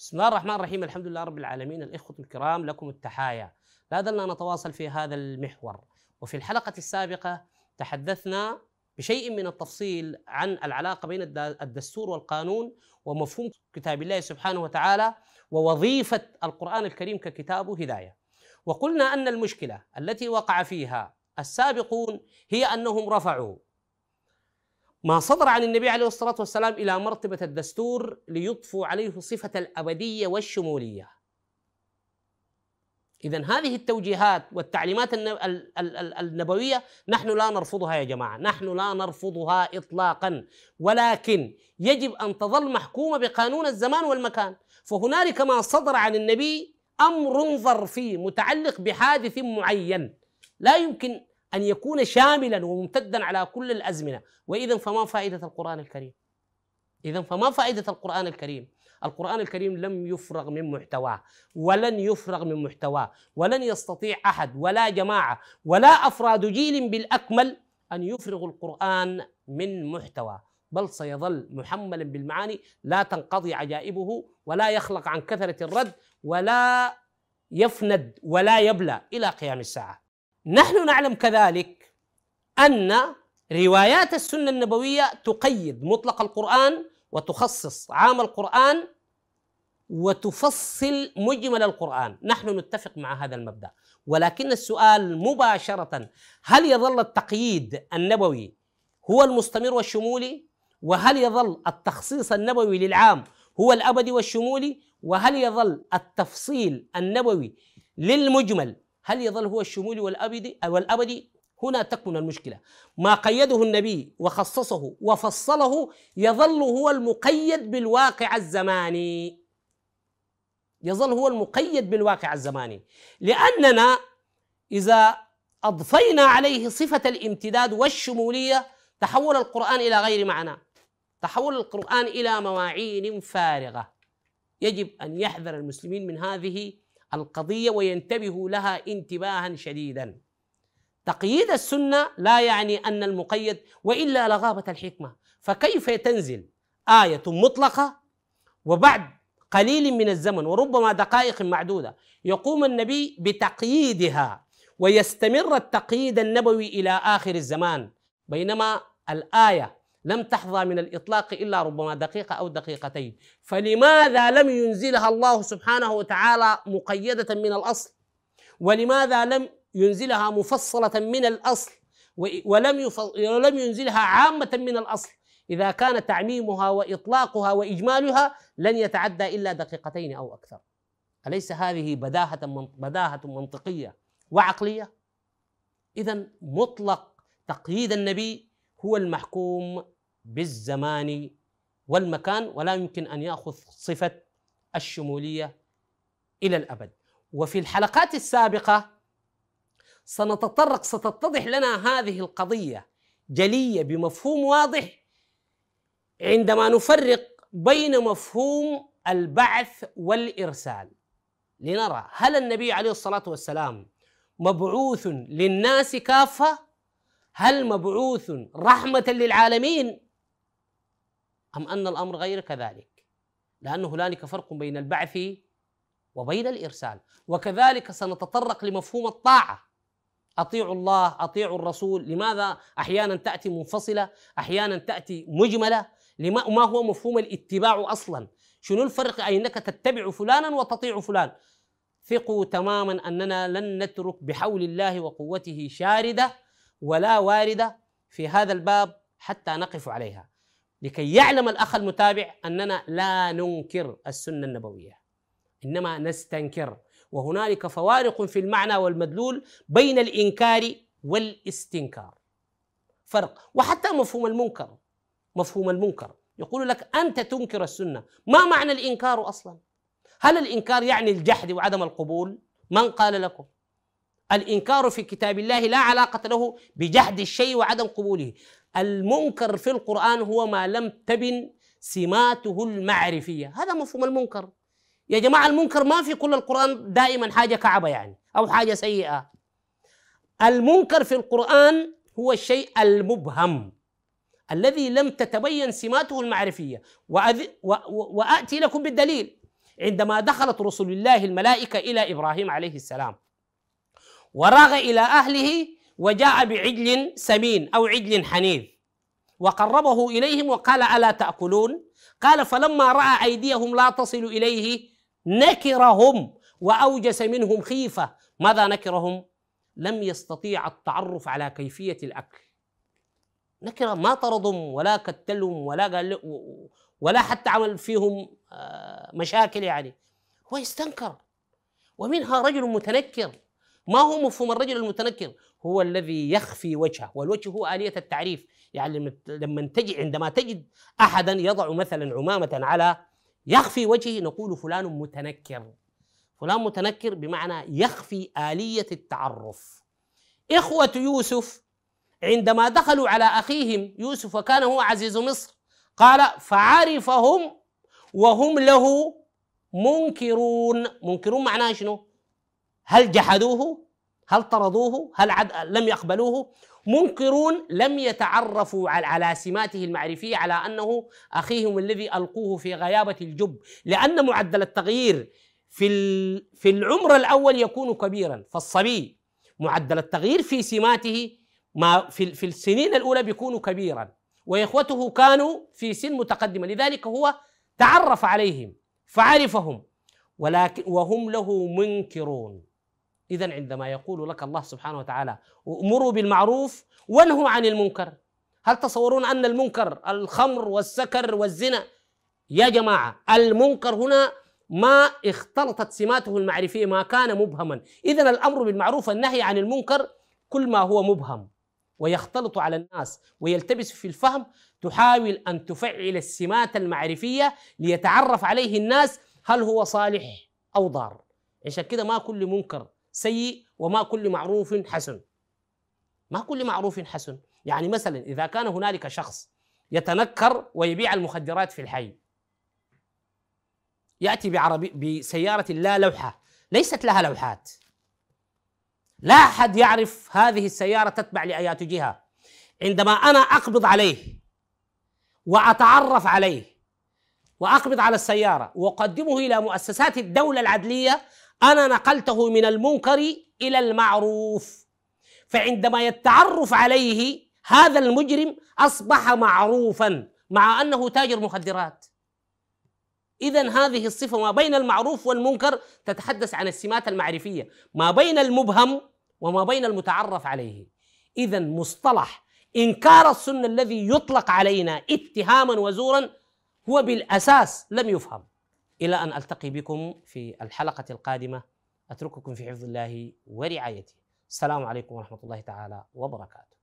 بسم الله الرحمن الرحيم. الحمد لله رب العالمين. الإخوة الكرام، لكم التحايا. لا زلنا نتواصل في هذا المحور، وفي الحلقة السابقة تحدثنا بشيء من التفصيل عن العلاقة بين الدستور والقانون ومفهوم كتاب الله سبحانه وتعالى ووظيفة القرآن الكريم ككتاب هداية. وقلنا أن المشكلة التي وقع فيها السابقون هي أنهم رفعوا ما صدر عن النبي عليه الصلاة والسلام إلى مرتبة الدستور ليضفوا عليه صفة الأبدية والشمولية. إذن هذه التوجيهات والتعليمات النبوية نحن لا نرفضها يا جماعة، نحن لا نرفضها إطلاقا، ولكن يجب أن تظل محكومة بقانون الزمان والمكان. فهنالك ما صدر عن النبي أمر ظرفي متعلق بحادث معين لا يمكن أن يكون شاملا وممتدا على كل الأزمنة. وإذن فما فائدة القرآن الكريم؟ إذن فما فائدة القرآن الكريم؟ القرآن الكريم لم يفرغ من محتواه ولن يفرغ من محتواه، ولن يستطيع أحد ولا جماعة ولا أفراد جيل بالأكمل أن يفرغوا القرآن من محتواه، بل سيظل محملا بالمعاني لا تنقضي عجائبه، ولا يخلق عن كثرة الرد، ولا يفند ولا يبلى إلى قيام الساعة. نحن نعلم كذلك أن روايات السنة النبوية تقيد مطلق القرآن وتخصص عام القرآن وتفصل مجمل القرآن. نحن نتفق مع هذا المبدأ، ولكن السؤال مباشرة: هل يظل التقييد النبوي هو المستمر والشمولي؟ وهل يظل التخصيص النبوي للعام هو الأبدي والشمولي؟ وهل يظل التفصيل النبوي للمجمل هل يظل هو الشمولي والأبدي؟ هنا تكمن المشكلة. ما قيده النبي وخصصه وفصله يظل هو المقيد بالواقع الزماني، يظل هو المقيد بالواقع الزماني، لأننا إذا أضفينا عليه صفة الامتداد والشمولية تحول القرآن إلى غير معنى، تحول القرآن إلى مواعين فارغة. يجب أن يحذر المسلمين من هذه القضية وينتبهوا لها انتباها شديدا. تقييد السنة لا يعني أن المقيد، وإلا لغابة الحكمة. فكيف تنزل آية مطلقة وبعد قليل من الزمن وربما دقائق معدودة يقوم النبي بتقييدها ويستمر التقييد النبوي إلى آخر الزمان، بينما الآية لم تحظى من الإطلاق إلا ربما دقيقة أو دقيقتين؟ فلماذا لم ينزلها الله سبحانه وتعالى مقيدة من الأصل؟ ولماذا لم ينزلها مفصلة من الأصل ولم ينزلها عامة من الأصل؟ إذا كان تعميمها وإطلاقها وإجمالها لن يتعدى إلا دقيقتين أو أكثر. أليس هذه بداهة منطقية وعقلية؟ إذن مطلق تقييد النبي هو المحكوم بالزمان والمكان، ولا يمكن أن يأخذ صفة الشمولية إلى الأبد. وفي الحلقات السابقة ستتضح لنا هذه القضية جلية بمفهوم واضح عندما نفرق بين مفهوم البعث والإرسال، لنرى هل النبي عليه الصلاة والسلام مبعوث للناس كافة؟ هل مبعوث رحمة للعالمين؟ أم أن الأمر غير كذلك؟ لأن هنالك فرق بين البعث وبين الإرسال. وكذلك سنتطرق لمفهوم الطاعة، أطيعوا الله أطيعوا الرسول. لماذا أحيانا تأتي منفصلة أحيانا تأتي مجملة؟ ما هو مفهوم الاتباع أصلا؟ شنو الفرق أنك تتبع فلانا وتطيع فلان؟ ثقوا تماما أننا لن نترك بحول الله وقوته شاردة ولا واردة في هذا الباب حتى نقف عليها، لكي يعلم الأخ المتابع أننا لا ننكر السنة النبوية، إنما نستنكر. وهنالك فوارق في المعنى والمدلول بين الإنكار والاستنكار، فرق. وحتى مفهوم المنكر يقول لك أنت تنكر السنة، ما معنى الإنكار أصلا؟ هل الإنكار يعني الجحد وعدم القبول؟ من قال لكم؟ الإنكار في كتاب الله لا علاقة له بجحد الشيء وعدم قبوله. المنكر في القرآن هو ما لم تبن سماته المعرفية، هذا مفهوم المنكر يا جماعة. المنكر ما في كل القرآن دائما حاجة كعبة يعني أو حاجة سيئة. المنكر في القرآن هو الشيء المبهم الذي لم تتبين سماته المعرفية. وأتي لكم بالدليل. عندما دخلت رسل الله الملائكة إلى إبراهيم عليه السلام وراغ إلى أهله وجاء بعجل سمين أو عجل حنيذ وقربه إليهم وقال ألا تأكلون؟ قال فلما رأى أيديهم لا تصل إليه نكرهم وأوجس منهم خيفة. ماذا نكرهم؟ لم يستطيع التعرف على كيفية الأكل. نكرة ما طردهم ولا كتلهم ولا قال ولا حتى عمل فيهم مشاكل، يعني هو استنكر. ومنها رجل متنكر. ما هو مفهوم الرجل المتنكر؟ هو الذي يخفي وجهه، والوجه هو آلية التعريف. يعني عندما تجد أحدا يضع مثلا عمامة على يخفي وجهه نقول فلان متنكر. فلان متنكر بمعنى يخفي آلية التعرف. إخوة يوسف عندما دخلوا على أخيهم يوسف وكان هو عزيز مصر قال فعرفهم وهم له منكرون. منكرون معناه شنو؟ هل جحدوه؟ هل طردوه؟ هل لم يقبلوه؟ منكرون لم يتعرفوا على سماته المعرفية على أنه أخيهم الذي ألقوه في غيابة الجب، لأن معدل التغيير في العمر الأول يكون كبيرا، فالصبي معدل التغيير في سماته في السنين الأولى بيكون كبيرا، وإخوته كانوا في سن متقدمة، لذلك هو تعرف عليهم فعرفهم ولكن وهم له منكرون. إذن عندما يقول لك الله سبحانه وتعالى أمروا بالمعروف وانهوا عن المنكر، هل تصورون أن المنكر الخمر والسكر والزنا؟ يا جماعة المنكر هنا ما اختلطت سماته المعرفية، ما كان مبهما. إذن الأمر بالمعروف والنهي عن المنكر كل ما هو مبهم ويختلط على الناس ويلتبس في الفهم تحاول أن تفعل السمات المعرفية ليتعرف عليه الناس هل هو صالح أو ضار. عشان كده ما كل منكر سيء وما كل معروف حسن. ما كل معروف حسن. يعني مثلا إذا كان هنالك شخص يتنكر ويبيع المخدرات في الحي، يأتي بسيارة لا لوحة ليست لها لوحات، لا أحد يعرف هذه السيارة تتبع لأيات جهة، عندما أنا أقبض عليه وأتعرف عليه وأقبض على السيارة وأقدمه إلى مؤسسات الدولة العدلية أنا نقلته من المنكر إلى المعروف. فعندما يتعرف عليه هذا المجرم أصبح معروفا مع أنه تاجر مخدرات. إذن هذه الصفة ما بين المعروف والمنكر تتحدث عن السمات المعرفية ما بين المبهم وما بين المتعرف عليه. إذن مصطلح إنكار السنة الذي يطلق علينا اتهاما وزورا هو بالأساس لم يفهم. إلى أن ألتقي بكم في الحلقة القادمة أترككم في حفظ الله ورعايته. السلام عليكم ورحمة الله تعالى وبركاته.